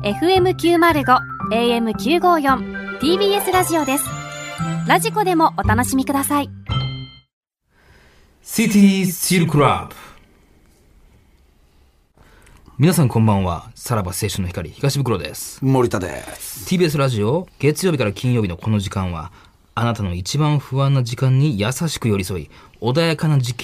FM905 AM954 TBS ラジオです。ラジコでもお楽しみください。 シティシルクラブ。皆さんこんばんは。さらば青春の光東袋です。 森田です。 TBS ラジオ月曜日から金曜日のこの時間はあなたの一番不安な時間に優しく寄り添い穏やかな時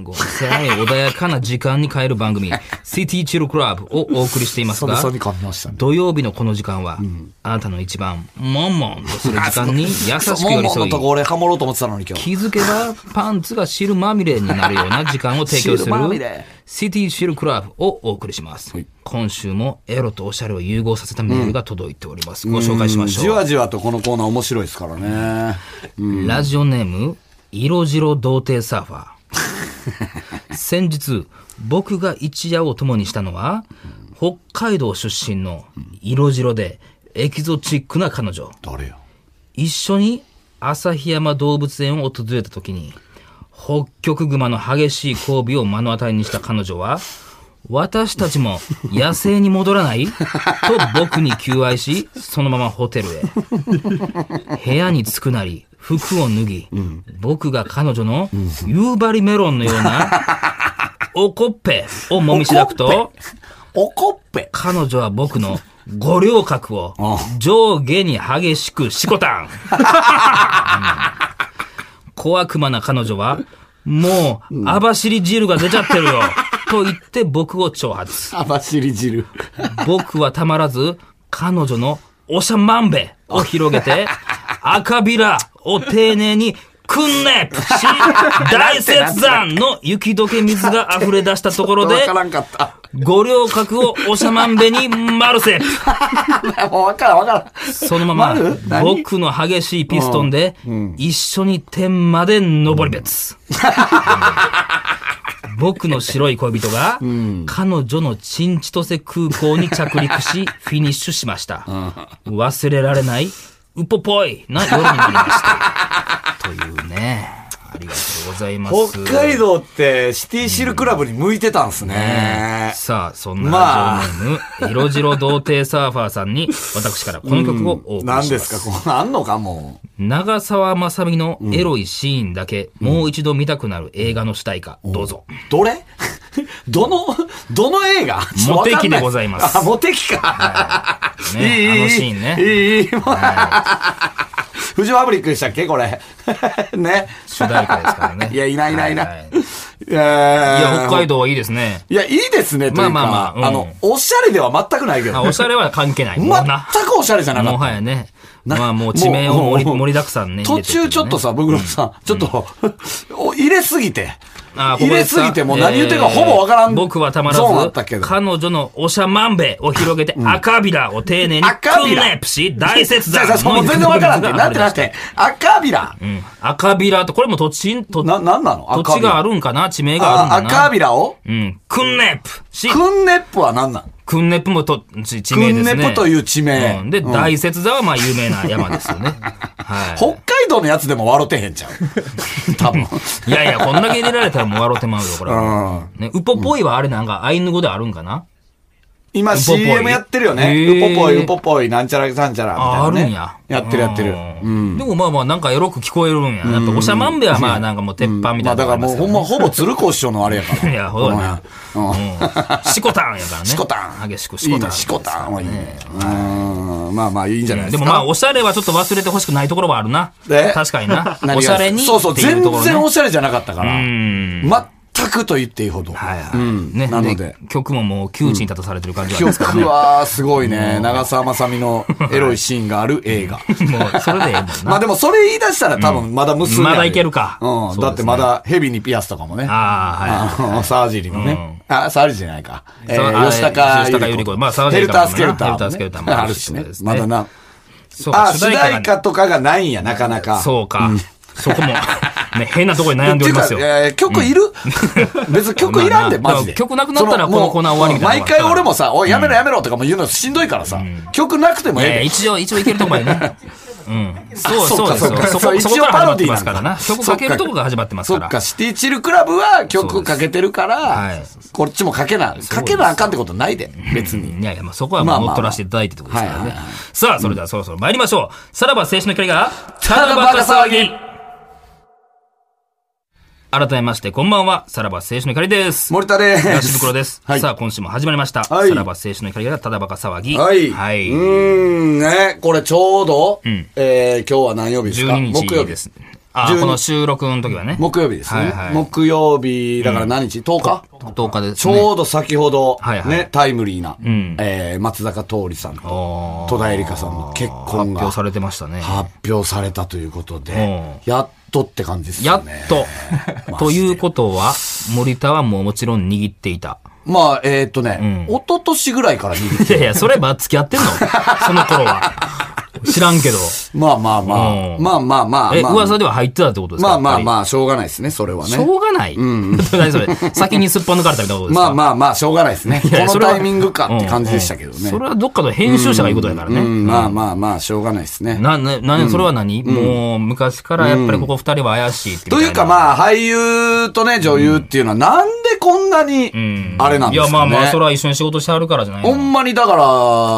間に変える番組シティチルクラブをお送りしていますが、土曜日のこの時間は、あなたの一番モンモンとする時間に優しく寄り添い気づけばパンツが汁まみれになるような時間を提供するシティチルクラブをお送りします、はい、今週もエロとおしゃれを融合させたメールが届いております、ご紹介しましょう。 じわじわとこのコーナー面白いですからね、 ラジオネーム色白童貞サーファー先日僕が一夜を共にしたのは北海道出身の色白でエキゾチックな彼女。 誰や。 一緒に旭山動物園を訪れた時に北極熊の激しい交尾を目の当たりにした彼女は、私たちも野生に戻らないと僕に求愛し、そのままホテルへ。部屋に着くなり服を脱ぎ、僕が彼女の夕張メロンのようなおこっぺをもみしだくと、彼女は僕の五稜郭を上下に激しくしこたん。小悪魔な彼女は、もう網走汁が出ちゃってるよと言って僕を挑発。 網走汁。 僕はたまらず彼女のおしゃまんべを広げて赤びらを丁寧にくんねし大雪山の雪解け水が溢れ出したところで五稜郭をおしゃまんべに丸せ。 もうわからん。 そのまま僕の激しいピストンで一緒に天まで登り別。僕の白い恋人が彼女のチンチトセ空港に着陸しフィニッシュしました。忘れられないウポポイな夜になりましたというね。ありがとうございます。 北海道ってシティシルクラブに向いてたんですね、 さあそんなラジオネーム、色白童貞サーファーさんに私からこの曲をお送りします。 何ですかこんなあんのか。もう長澤まさみのエロいシーンだけ、もう一度見たくなる映画の主題歌、どうぞ。 どれどの映画。 モテキでございます。 あ、モテキか、 はいね、あのシーンね。 フジファブリックでしたっけこれ。ね。 主題歌ですからね。 いや、いない。いや、北海道はいいですね。 いや、いいですね。というか、おしゃれでは全くないけど、ね。 おしゃれは関係ない。 全くおしゃれじゃなかった。 もはやね。まあもう地名を盛りだくさんね。 途中ちょっとさ、ブクロさん、ちょっと、入れすぎて。もう何言ってるかほぼわからん。 僕はたまらず彼女のおしゃまんべを広げて赤びらを丁寧にくんねぷし大雪山もう全然わからんってなんて赤びら、 赤びらとこれも土地なんなの土地があるんかな、地名があるんかな。 赤びらをくんねぷし。 くんねぷは何なの。 クンネプも地名ですね。クンネプという地名。 で、大雪山はまあ有名な山ですよね。 はい。北海道のやつでも笑ってへんちゃう。多分。 いや、こんだけ入れられたらもう笑ってまうよ、これは。ね、ウポポイはあれなんかアイヌ語であるんかな。 今 CM やってるよね。ウポポイ、なんちゃらかんちゃらみたいな、ね。 あるんや。 やってる。 でもまあなんかエロく聞こえるんや。やっぱおしゃまんべはまあなんかもう鉄板みたいな。 だからもうほぼ鶴子師匠のあれやから。 いや、ほどね。シコタンやからね。 シコタン。 激しくシコタン。 シコタンはいいね。まあいいんじゃないですか。 でもまあおしゃれはちょっと忘れてほしくないところはあるな。確かにな。おしゃれに。 そう、全然おしゃれじゃなかったから。全くと言っていいほど。 ね。なので。曲ももう窮地に立たされてる感じがありますからね。曲はすごいね。長澤まさみのエロいシーンがある映画。 もう、それでええもんな。 まあでもそれ言い出したら多分まだ無数に。 まだいけるか。 だってまだヘビにピアスとかもね。沢尻のね。沢尻じゃないか。吉高由里子。 まあ沢尻。ヘルタースケルターもあるしね。まだな。主題歌とかがないんや、なかなか。 そうか。そこも、ね、変なところに悩んでおりますよ。 曲いる別に曲いらんで、マジで。 曲なくなったらこのコーナー終わりみたいな。 毎回俺もさ、おい、やめろとかも言うのしんどいからさ、曲なくてもええ。 一応いけるとこまでね。 そうですよ。そこから始まってますからな。曲かけるとこが始まってますから。 そっか、シティチルクラブは曲かけてるから、こっちもかけなあかんってことないで、別に。 いやいや、そこはもう乗っ取らせていただいてってことですからね。さあ、それではそろそろ参りましょう。さらば青春の光が、ただバカ騒ぎ。改めまして、こんばんは。さらば青春の光です。 森田です。 東袋です。さあ、今週も始まりました。さらば青春の光がただバカ騒ぎ。はい。 ね、これちょうど、今日は何曜日ですか？ 12日木曜日です。この収録の時はね。 木曜日ですね。木曜日、だから何日 ?10 日 ?10 日ですね。ちょうど先ほど、ね、タイムリーな、松坂桃李さんと戸田恵梨香さんの結婚が発表されてましたね。 発表されたということで、やっとって感じですよね。 やっと。ということは、森田はもちろん握っていた。 まあ、一昨年ぐらいから握っていやいや、それ付き合ってんのその頃は。知らんけど。 まあ。 噂では入ってたってことですか？ まあ、しょうがないですね、それはね。 しょうがない？何それ？先にすっぱ抜かれたみたいなことですか？ まあ、しょうがないですね。このタイミングかって感じでしたけどね。 それはどっかの編集者が言うことだからね。 まあ、しょうがないですね。 それは何？もう、昔からやっぱりここ二人は怪しいって。 というかまあ、俳優とね、女優っていうのはなんでこんなに、あれなんですかね。 いや、まあ、それは一緒に仕事してはるからじゃないの？ ほんまにだから、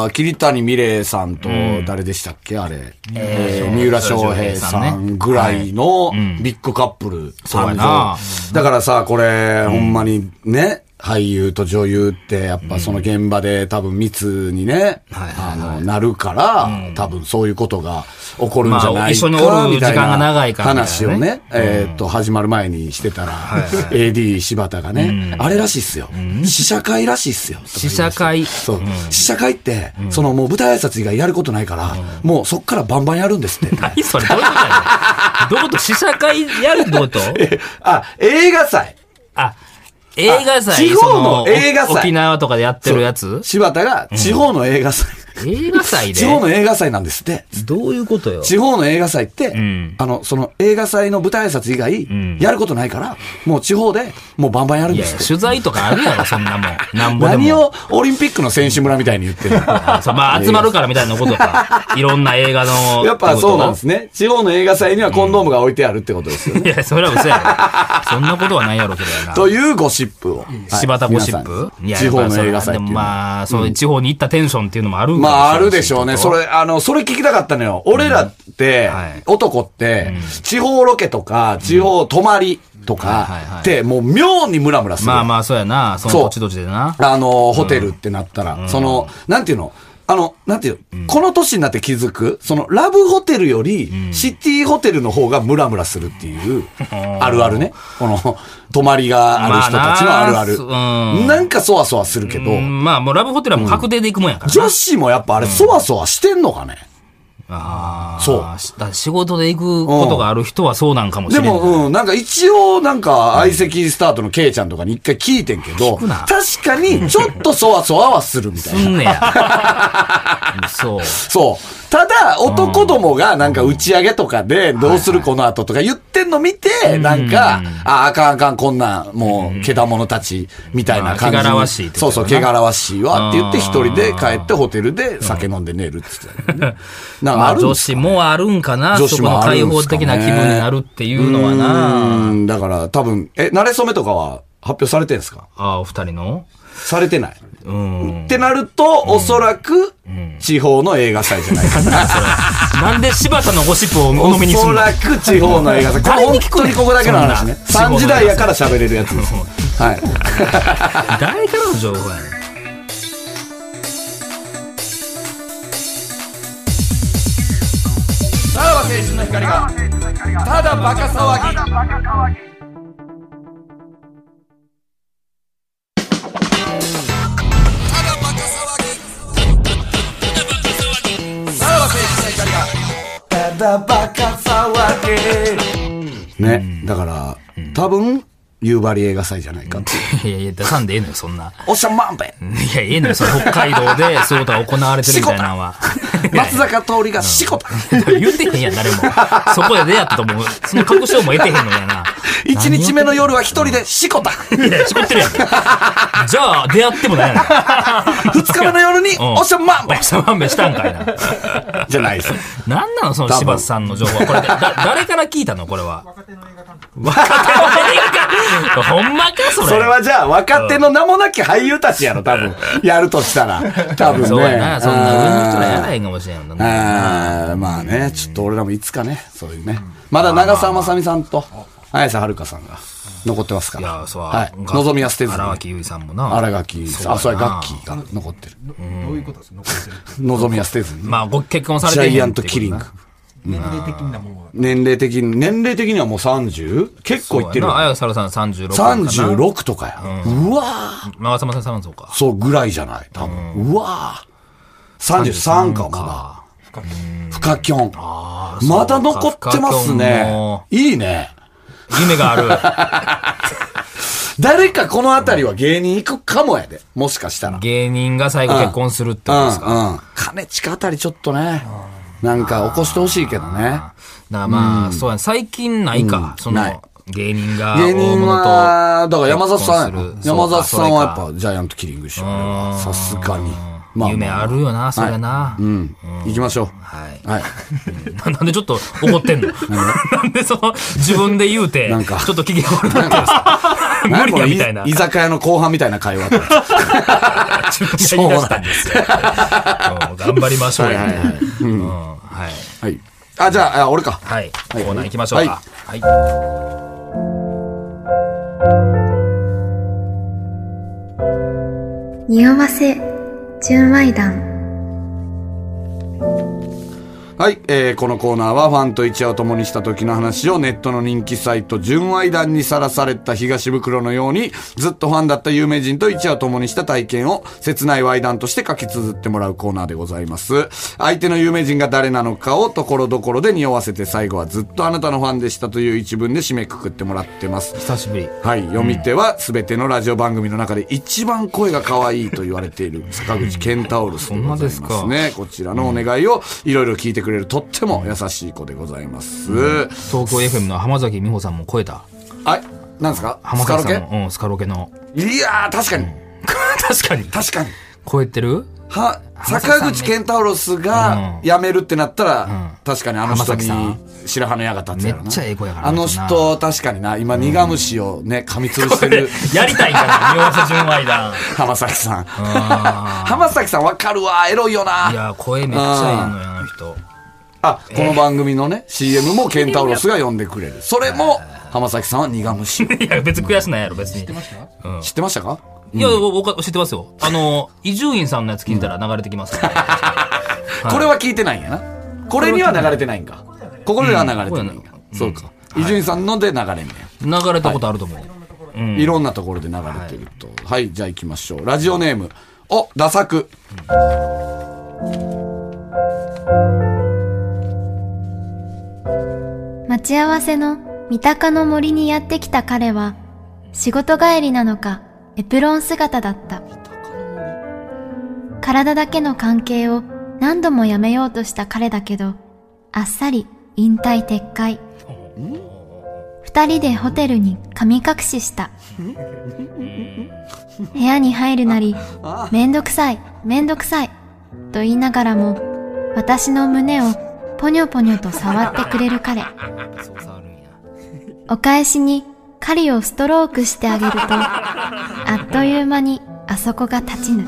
桐谷美玲さんと、誰でしたっけあれ。三浦翔平さんぐらいのビッグカップル誕生。だからさ、これ、ほんまにね、俳優と女優ってやっぱその現場で多分密にね、なるから、多分そういうことが起こるんじゃないか一緒におる時間が長いから話をね、始まる前にしてたら、AD 柴田がね、あれらしいっすよ。試写会らしいっすよ。 試写会。 そう。試写会って、そのもう舞台挨拶以外やることないから、もうそっからバンバンやるんですって。 何それどういうことやねん。どういうこと試写会やるってこと映画祭。 映画祭。 地方の映画祭。 沖縄とかでやってるやつ？ 柴田が地方の映画祭。 映画祭で地方の映画祭なんですって。 どういうことよ？ 地方の映画祭って、その映画祭の舞台挨拶以外、やることないから、もう地方でもうバンバンやるんですって。 いや、取材とかあるやろ、そんなもん。なんぼでも。 何をオリンピックの選手村みたいに言ってるの？ まあ、集まるからみたいなことか。いろんな映画の。 やっぱそうなんですね。地方の映画祭にはコンドームが置いてあるってことですよね。 いや、それは嘘やろ。そんなことはないやろ、それはな。 というゴシップを。 柴田ゴシップ？ 地方の映画祭。でもまあ、そういう地方に行ったテンションっていうのもあるんまあ、あるでしょうね。それ聞きたかったのよ。俺らって、男って、地方ロケとか、地方泊まりとか、って、もう妙にムラムラする。 まあ、そうやな。その土地土地でな。 ホテルってなったら、なんていうのこの年になって気づく、ラブホテルより、シティホテルの方がムラムラするっていう、あるあるね。泊まりがある人たちのあるある。なんかそわそわするけど。 まあ、もうラブホテルはもう確定で行くもんやからな。 女子もやっぱあれ、そわそわしてんのかね。 そう。仕事で行くことがある人はそうなんかもしれない。 でも、なんか一応、相席スタートのケイちゃんとかに一回聞いてんけど、確かにちょっとそわそわはするみたいな。 すんねや。そう。 そう。ただ、男どもがなんか打ち上げとかで、どうするこの後とか言ってんの見て、なんか、あかん、こんな、もう、けだものたち、みたいな感じ。 汚らわしい。 そう、汚らわしいわって言って、一人で帰ってホテルで酒飲んで寝るって言ってたよね。なんかあるん女子もあるんかな、そこの開放的な気分になるっていうのはな。 だから多分、慣れ初めとかは発表されてんすか？ お二人の？ されてない。ってなると、おそらく、地方の映画祭じゃないかな。 なんで柴田のゴシップをお飲みにするの？ おそらく地方の映画祭。これ本当にここだけの話ね。3時台やから喋れるやつです。はい。 誰からの情報やねん。 さらば青春の光が、ただバカ騒ぎ。バカ騒ぎね、だから多分夕張映画祭じゃないかって。 いや出さんでええのよそんな。 おっしゃまんべ。 いやええのよその北海道でそういうことが行われてるみたいなのは。 松坂桃李がしこた。 言ってへんやん、誰も。そこで出会ったと思う。その確証も得てへんのやな。 1日目の夜は一人でしこた。 いや、しこってるやん。じゃあ、出会ってもないやん。 2日目の夜に、おっしゃまんべ。 おっしゃまんべしたんかいな。 じゃないです。 なんなのその柴田さんの情報は。これで、誰から聞いたのこれは。若手の映画監督。ほんまかそれ。 それはじゃあ、若手の名もなき俳優たちやろ、多分。やるとしたら。多分ね。 そうやな。そんな上の人らやらへんかもしれんよな。 まあね、ちょっと俺らもいつかね、そういうね。まだ長澤まさみさんと、綾瀬はるかさんが残ってますから。 いや、そう。 はい。望みは捨てずに。 荒垣結衣さんもな。 荒垣結衣さん。あ、それガッキーが残ってる。どういうことですか残ってるって。望みは捨てずに。 まあ、ご結婚されてる。 ジャイアントキリング。 年齢的なものは年齢的にはもう 30? 結構いってる。 綾瀬はるかさん36。 36とかや。うわぁ。 長澤まさみさんそうか。 そうぐらいじゃない。多分。うわぁ。33か、まだ。フカキョン。まだ残ってますね。いいね。 夢がある。 誰かこのあたりは芸人行くかもやで。もしかしたら。 芸人が最後結婚するってことですか。 金近あたりちょっとね。なんか起こしてほしいけどね。だからまあ、そうや、最近ないか。その、芸人が。 芸人は、だから山里さんや。山里さんはやっぱジャイアントキリングしよう。さすがに。 夢あるよな、それな。 行きましょう。 はい。なんでちょっと怒ってんのなんでその、自分で言うて、ちょっと機嫌悪くなってるんですか無理やみたいな。 居酒屋の後半みたいな会話。 自分が言い出したんですよ。頑張りましょうよ。 はい。あ、じゃあ、俺か。 はい。コーナー行きましょうか。はい。 匂わせ純愛談。 はい、このコーナーはファンと一夜を共にした時の話をネットの人気サイト純愛談にさらされた東袋のようにずっとファンだった有名人と一夜を共にした体験を切ない愛談として書き綴ってもらうコーナーでございます。相手の有名人が誰なのかをところどころで匂わせて最後はずっとあなたのファンでしたという一文で締めくくってもらってます。 久しぶり。 はい、読み手は全てのラジオ番組の中で一番声が可愛いと言われている坂口健太郎さんでございますね。こちらのお願いをいろいろ聞いてくれるとっても優しい子でございます。 東京 FM の浜崎美穂さんも超えた。 あ、なんですか？ 浜崎さんも、スカロケの。 いやー、確かに。 確かに。超えてる？ 坂口健太郎が辞めるってなったら、確かにあの人に白羽の矢が立つやろな。 めっちゃええ子やからな。 あの人、確かにな、今苦虫をね、噛みつぶしてる。 やりたいんかな、匂わせ純愛談。 浜崎さん。浜崎さんわかるわ、エロいよな。 いや、声めっちゃいいのよ、あの人。 あ、この番組のね、CM もケンタウロスが呼んでくれる。それも、浜崎さんは苦虫。 いや、別に悔しないやろ、別に。知ってました？ 知ってましたか？ いや、知ってますよ。伊集院さんのやつ聞いたら流れてきます。これは聞いてないんやな。これには流れてないんか。ここでは流れてないんか。そうか。伊集院さんので流れんねや。流れたことあると思う。いろんなところで流れてると。はい、じゃあ行きましょう。ラジオネーム、ダサク。 待ち合わせの三鷹の森にやってきた彼は、仕事帰りなのかエプロン姿だった。体だけの関係を何度もやめようとした彼だけど、あっさり引退撤回。二人でホテルに神隠しした。部屋に入るなり、めんどくさいと言いながらも、私の胸をポニョポニョと触ってくれる彼。お返しに狩りをストロークしてあげると、あっという間にあそこが立ちぬ。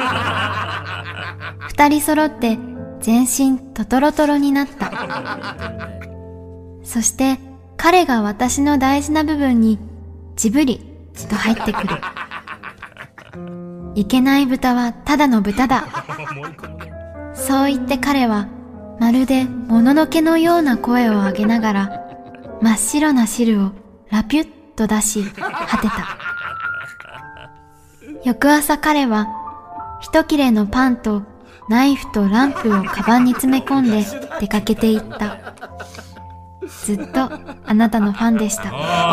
二人揃って全身トトロトロになった。そして彼が私の大事な部分にジブリと入ってくる。いけない豚はただの豚だ。そう言って彼はまるでもののけのような声を上げながら真っ白な汁をラピュッと出し果てた。翌朝彼は一切れのパンとナイフとランプをカバンに詰め込んで出かけていった。 ずっとあなたのファンでした。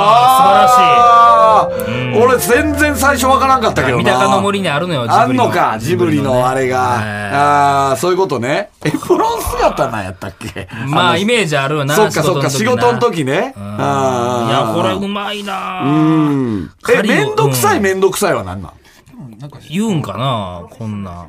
あー、素晴らしい。 俺全然最初わからんかったけどな。 三鷹の森にあるのよ、ジあんブリの。 のか、ジブリのあれが。ああ、そういうことね。エプロン姿なんやったっけ。 まあ、イメージあるよな。 そっかそっか、仕事の時ね。 いや、これうまいな。 めんどくさいめんどくさいは何なん？ 言うんかな、こんな。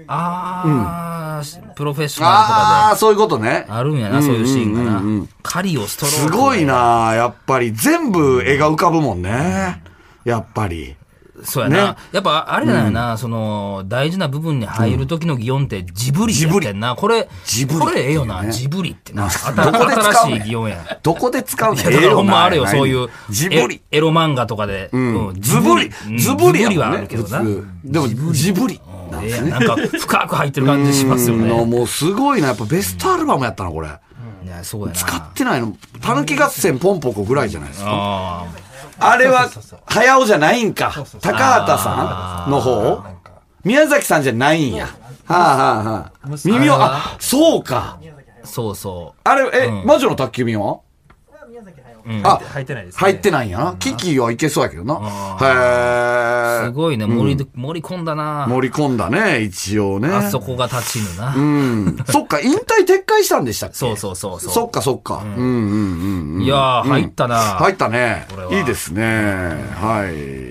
プロフェッショナルとかで。 ああ、そういうことね。 あるんやな、そういうシーンがな。狩りをストローク。 すごいな、やっぱり。全部絵が浮かぶもんね。やっぱり。 そうやな。やっぱ、あれだよな、その、大事な部分に入る時の擬音ってジブリやってんな。これ、これええよな、ジブリってな。新しい擬音や。 どこで使うの？ いや、だからほんまあるよ、そういう。 ジブリ。 エロ漫画とかで。 ズブリ。ズブリはあるけどな。 でも、ジブリ。 なんか、深く入ってる感じしますよね。 もうすごいな。やっぱベストアルバムやったな、これ。 いや、そうやな。 使ってないの、たぬき合戦ポンポコぐらいじゃないですか。あれは、早尾じゃないんか。高畑さんの方宮崎さんじゃないんや。はあはあはあ。耳を、あ、そうか。 そうそう。 あれ、魔女の宅急便はあ、 入ってないです。 入ってないんやな。キキはいけそうやけどな。へすごいね、盛り込んだな。 盛り込んだね、一応ね。 あそこが立ちぬな。 そっか、引退撤回したんでしたっけ？ そう。 そっか。 いやー、入ったな。 入ったね。いいですね。はい。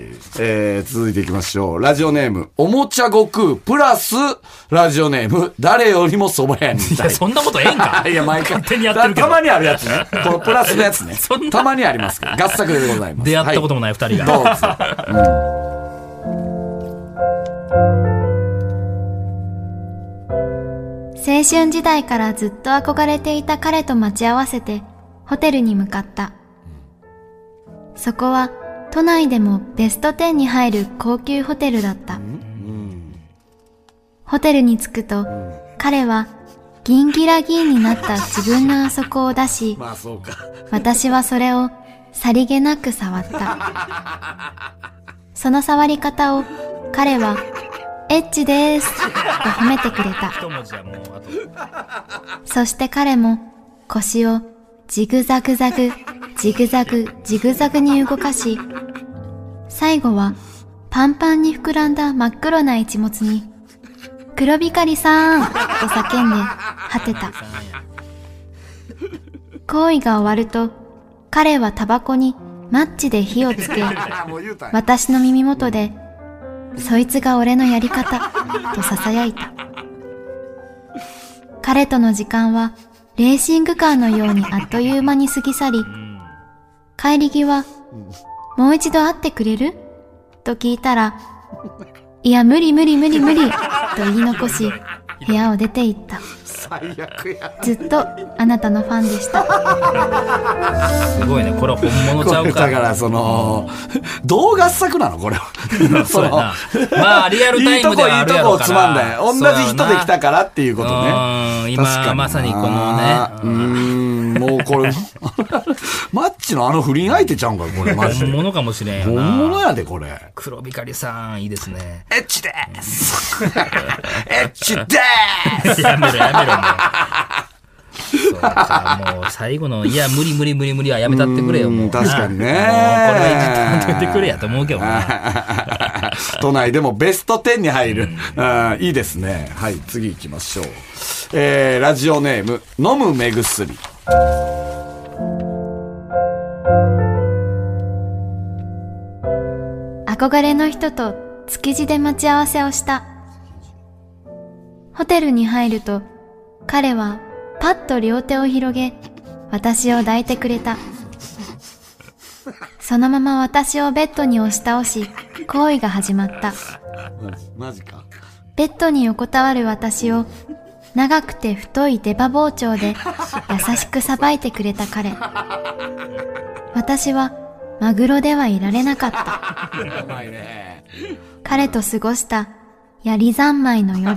続いていきましょう。ラジオネーム、おもちゃ悟空、プラス、ラジオネーム、誰よりも蕎麦屋にいたい。 いや、そんなことええんか。 いや、毎回。 勝手にやってるけど。 たまにあるやつね。このプラスのやつね。たまにありますけど。合作でございます。 出会ったこともない二人が。 どうぞ。 青春時代からずっと憧れていた彼と待ち合わせてホテルに向かった。そこは都内でもベスト10に入る高級ホテルだった。ホテルに着くと彼はギンギラギンになった自分のあそこを出し、私はそれをさりげなく触った。その触り方を彼はエッチでーすと褒めてくれた。そして彼も腰をジグザグザグ、ジグザグ、ジグザグに動かし、最後はパンパンに膨らんだ真っ黒な一物に、黒光りさーんと叫んで果てた。行為が終わると、彼はタバコにマッチで火をつけ、私の耳元で、そいつが俺のやり方と囁いた。彼との時間はレーシングカーのようにあっという間に過ぎ去り、帰り際、もう一度会ってくれると聞いたら、いや無理と言い残し、部屋を出て行った。 最悪や。 ずっとあなたのファンでした。 すごいね、これ本物ちゃうか。 だからその、動画作なのこれは。 そうやな。まあリアルタイムではあるやろうから。 いいとこをつまんだよ。同じ人で来たからっていうことね。 今まさにこのね。 もうこれ、マッチのあの不倫相手ちゃうんかこれマジで。 本物かもしれんよな。 本物やでこれ。 黒光りさん、いいですね。 エッチでーす。エッチでーす。 やめろもう。そうか、もう最後の、いや、無理はやめたってくれよ、もう。 確かにね。 これは一時ってくれやと思うけどな。 都内でもベスト10に入る。いいですね。はい、次行きましょう。ラジオネーム、飲む目薬。 憧れの人と築地で待ち合わせをした。ホテルに入ると、彼はパッと両手を広げ、私を抱いてくれた。そのまま私をベッドに押し倒し、行為が始まった。 マジか。 ベッドに横たわる私を、長くて太い出刃包丁で優しくさばいてくれた彼。私はマグロではいられなかった。彼と過ごした槍三昧の夜。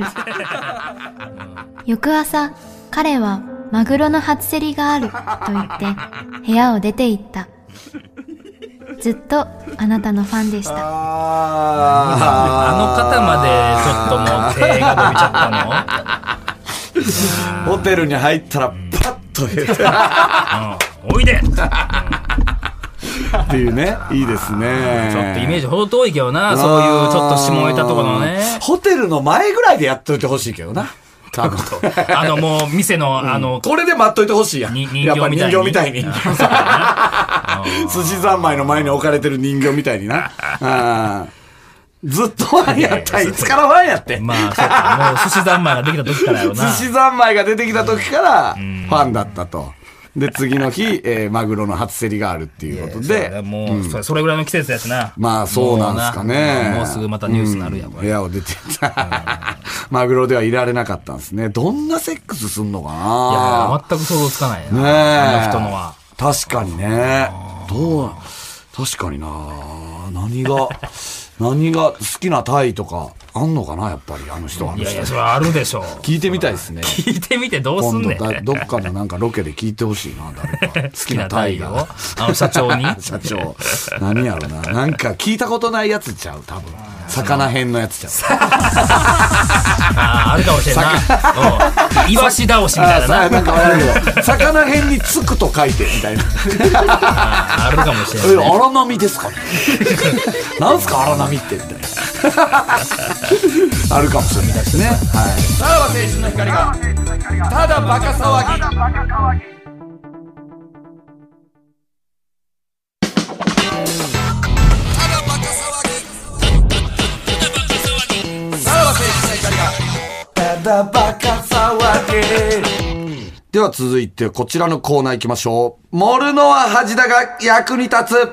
翌朝、彼はマグロの初競りがあると言って部屋を出て行った。ずっとあなたのファンでした。 あの方までちょっともう手が伸びちゃったの？ ホテルに入ったらパッと言っておいでっていうね、いいですね。 ちょっとイメージほど遠いけどな、そういうちょっと下ネタとかのね。 ホテルの前ぐらいでやっといてほしいけどな。多分もう店のこれで待っといてほしいやん。 人やっぱ人形みたいに。 寿司三昧の前に置かれてる人形みたいにな。ずっとファンやった。いつからファンやって。 まあ、そうか。もう寿司三昧ができた時からよな。 寿司三昧が出てきた時からファンだったと。で、次の日、マグロの初競りがあるっていうことで。 もう、それぐらいの季節やしな。 まあ、そうなんですかね。 もうすぐまたニュースになるやん、これ。 部屋を出てた。マグロではいられなかったんですね。どんなセックスすんのかな。いや、全く想像つかないな。 ねえ。 あの人のは。 確かにね。確かにな。何が好きなタイとかあんのかな、やっぱりあの人は。 いやいや、それはあるでしょう。 聞いてみたいですね。 聞いてみてどうすんねん。 今度どっかのなんかロケで聞いてほしいな、誰か。好きなタイが。 社長に社長。何やろな。なんか聞いたことないやつちゃう、多分。魚編のやつちゃう。 あるかもしれんな。イワシ倒しみたいなな。 なんかあるけど、魚編につくと書いて、みたいな。 あるかもしれない。 荒波ですかね。なんすか荒波って、みたいな。あるかもしれないですね。はい。さらば青春の光が、ただバカ騒ぎ。では続いてこちらのコーナー行きましょう。盛るのは恥だが役に立つ。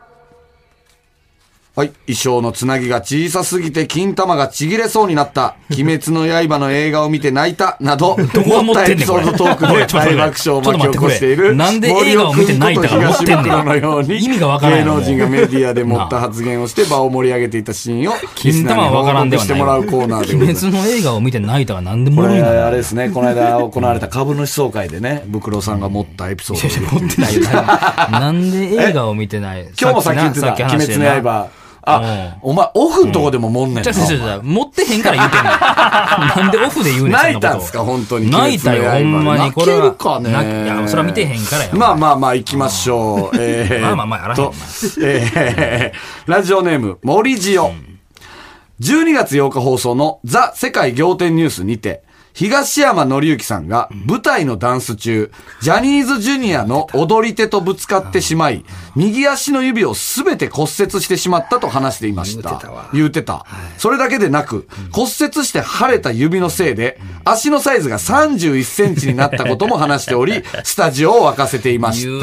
はい。衣装のつなぎが小さすぎて金玉がちぎれそうになった。鬼滅の刃の映画を見て泣いた。など、思ったエピソードトークで大爆笑を巻き起こしている。 なんで映画を見て泣いたか持ってんねん。 のように意味がわからん。 芸能人がメディアで持った発言をして場を盛り上げていたシーンを金玉はわからんではない。 してもらうコーナーで鬼滅の映画を見て泣いたがなんでもこれあれですね。この間行われた株主総会でね、ブクロさんが持ったエピソード。 持ってないよ。なんで映画を見てない。 今日もさっき言ってた鬼滅の刃。お前、オフのとこでももんねんの。持ってへんから言うてんの。なんでオフで言うねん。 泣いたんすか、本当に。 泣いたよ、ほんまに。これは。 泣けるかね。 いや、それは見てへんからよ。 まあ、行きましょう。 まあ、やらへん。 ラジオネーム、森ジオ。12月8日放送のザ・世界仰天ニュースにて、東山紀之さんが舞台のダンス中、ジャニーズジュニアの踊り手とぶつかってしまい、右足の指をすべて骨折してしまったと話していました。言うてた。それだけでなく、骨折して腫れた指のせいで、足のサイズが31センチになったことも話しており、スタジオを沸かせていました。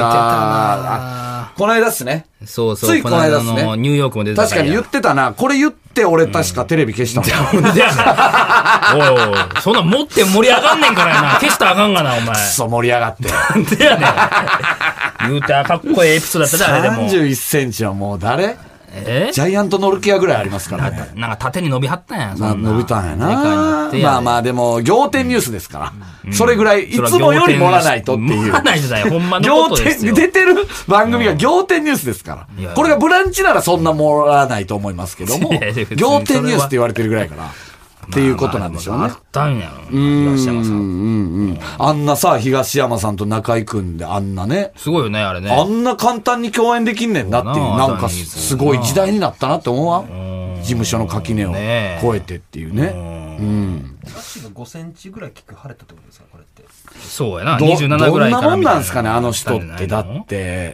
この間っすね。 そう。 ついこの間っすね。 ニューヨークも出てた。 確かに言ってたな。これ言って俺確かテレビ消したもん。 おい、そんな持って盛り上がんねんからやな。消したらあかんがな、お前。くそ盛り上がって。 なんでやねん。言うたらかっこいいエピソードだったで、あれでも。 31センチはもう誰ジャイアントノルキアぐらいありますからね。 なんか縦に伸びはったんや。 伸びたんやな。まあでも、仰天ニュースですから。それぐらい、いつもより盛らないとっていう。 盛らないじゃない、ほんまのことですよ。 出てる番組が仰天ニュースですから。これがブランチならそんな盛らないと思いますけども、仰天ニュースって言われてるぐらいから。っていうことなんでしょうね。 あったんやろ。東山さん。 あんなさ、東山さんと仲居組んで、あんなね。 すごいよね、あれね。 あんな簡単に共演できんねんなっていう、なんかすごい時代になったなって思うわ。事務所の垣根を超えてっていうね。 足が5センチぐらい大きく腫れたってことですか、これって。 そうやな、27ぐらいから。 どんなもんなんですかね、あの人って。だって、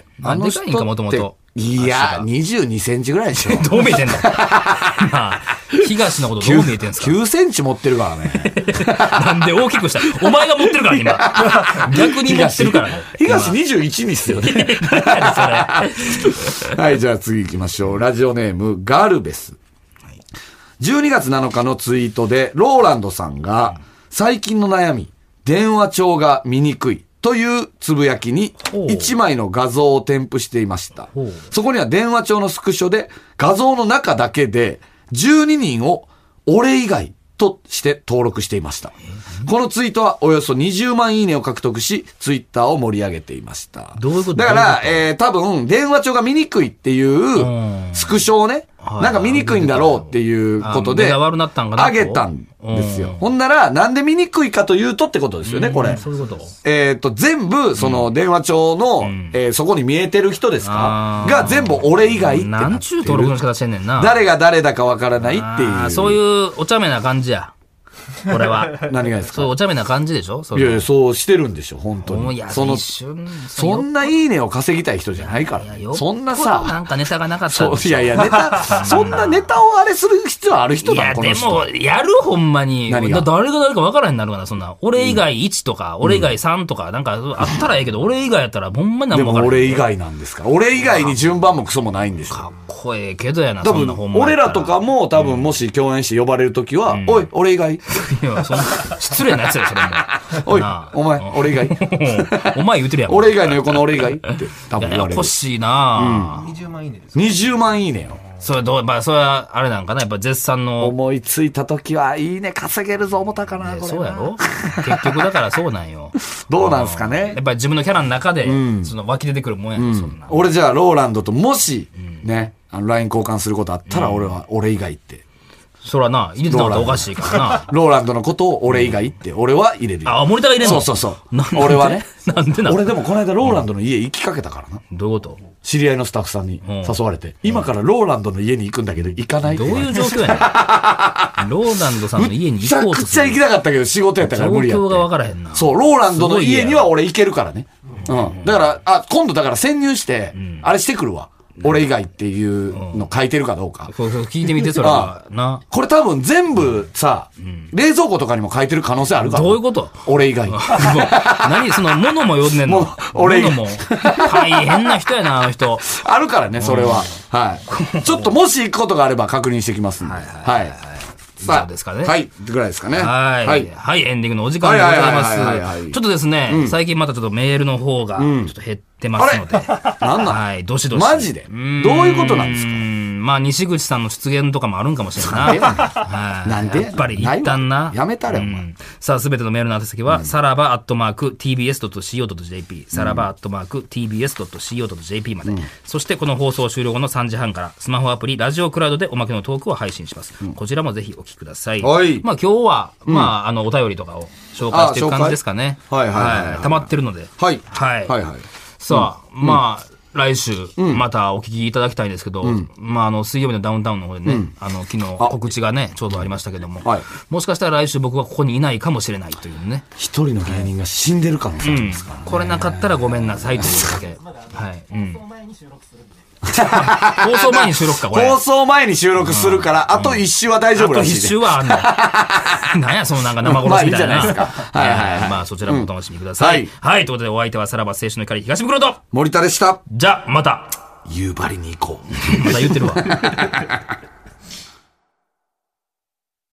あの人って。もともと。 いや、22センチぐらいでしょ。 どう見えてんの東のことどう見えてんすか ?9 センチ持ってるからね。 なんで大きくしたお前が持ってるから今。逆に持ってるからね。 東21にっすよね。はい、じゃあ次行きましょう。ラジオネーム、ガルベス。12月7日のツイートで、ローランドさんが、最近の悩み、電話帳が見にくい。というつぶやきに1枚の画像を添付していました。そこには電話帳のスクショで画像の中だけで12人を俺以外として登録していました。このツイートはおよそ20万いいねを獲得し、ツイッターを盛り上げていました。 どういうことだから、多分電話帳が見にくいっていうスクショをね、 なんか見にくいんだろうっていうことで、 目が悪なったんかなあげたんですよ。ほんなら、なんで見にくいかというとってことですよね、これ。 そういうこと。 全部、その電話帳の、そこに見えてる人ですかが、全部俺以外ってなってる。 なんちゅう登録の仕方してんねんな。 誰が誰だかわからないっていう。 そういうお茶目な感じや。これは。 何がですか？ そう、お茶目な感じでしょ？ いやいや、そうしてるんでしょ、本当に。そんないいねを稼ぎたい人じゃないから。そんなさ。 なんかネタがなかったんでしょ。 いやいや、ネタ、そんなネタをあれする必要ある人だ、この人。 いや、でも、やるほんまに。誰が誰か分からへんなるかな、そんな。俺以外1とか、俺以外3とか、なんかあったらええけど、俺以外やったらほんまに何も分からへん。 でも俺以外なんですから。俺以外に順番もクソもないんでしょ。 かっこええけどやな、 多分、俺らとかも多分もし共演して呼ばれるときは、おい、俺以外。いや、そんな。失礼なやつやそれも。 おい、お前、俺以外。 お前言うてるやん。 俺以外の横の俺以外って多分言われる。 欲しいな 20万いいねです。 20万いいねよ。 それまあ、それは、あれなんかなやっぱ絶賛の。 思いついた時はいいね稼げるぞ思ったかな、これ。 そうやろ結局だからそうなんよ。 どうなんすかねやっぱり自分のキャラの中で、その湧き出てくるもんやん、そんな。 俺じゃあ、ローランドともし、ね、LINE 交換することあったら、俺は、俺以外って。 そらな、入れてなかったらおかしいからな。 ローランドのことを俺以外って俺は入れるよ。 あ、森田が入れんの？ そうそうそう。俺はね。 なんでなの？ 俺でもこの間ローランドの家行きかけたからな。 どういうこと？ 知り合いのスタッフさんに誘われて、今からローランドの家に行くんだけど行かない？ どういう状況やねん。ローランドさんの家に行こうとする。 めちゃくちゃ行きたかったけど仕事やったから無理やって。 状況が分からへんな。 そう、ローランドの家には俺行けるからね。だから、今度だから潜入して、あれしてくるわ。俺以外っていうの書いてるかどうか。 そう聞いてみて、それは。な。 これ多分全部さ、冷蔵庫とかにも書いてる可能性あるから。 どういうこと？ 俺以外。 何その、物も呼んでんの？俺も。大変な人やな、あの人。 あるからね、それは。はい。ちょっともし行くことがあれば確認してきますんで。はい。 さあですかね。 はい。ぐらいですかね。 はい。はい。エンディングのお時間でございます。ちょっとですね、最近またちょっとメールの方が、ちょっと減ってますので。 なんなん？ はい。どしどし。 マジで？どういうことなんですか？ まあ、西口さんの出現とかもあるんかもしれない。 なんで？ やっぱり一旦な。 やめたれ、お前。 さあ、すべてのメールの宛先は、さらば@tbs.co.jp、さらば@tbs.co.jp まで。そして、この放送終了後の3時半から、スマホアプリ、ラジオクラウドでおまけのトークを配信します。こちらもぜひお聞きください。まあ、今日は、まあ、お便りとかを紹介していく感じですかね。はい。溜まってるので。 はい。 さあ、まあ、来週、またお聞きいただきたいんですけど、まあ、水曜日のダウンタウンの方でね、昨日告知がね、ちょうどありましたけども、もしかしたら来週僕はここにいないかもしれないというね。 一人の芸人が死んでる可能性ありますからね。 これなかったらごめんなさいというだけ。はい。放送前に収録か、これ。 放送前に収録するから、あと一週は大丈夫らしい。 あと一週はあんの。なんや、そのなんか生殺しみたいな。 まあいいじゃないですか。 まあそちらもお楽しみください。はい。ということでお相手はさらば青春の光東袋と森田でした。 じゃあ、また。 夕張に行こう。 また言ってるわ。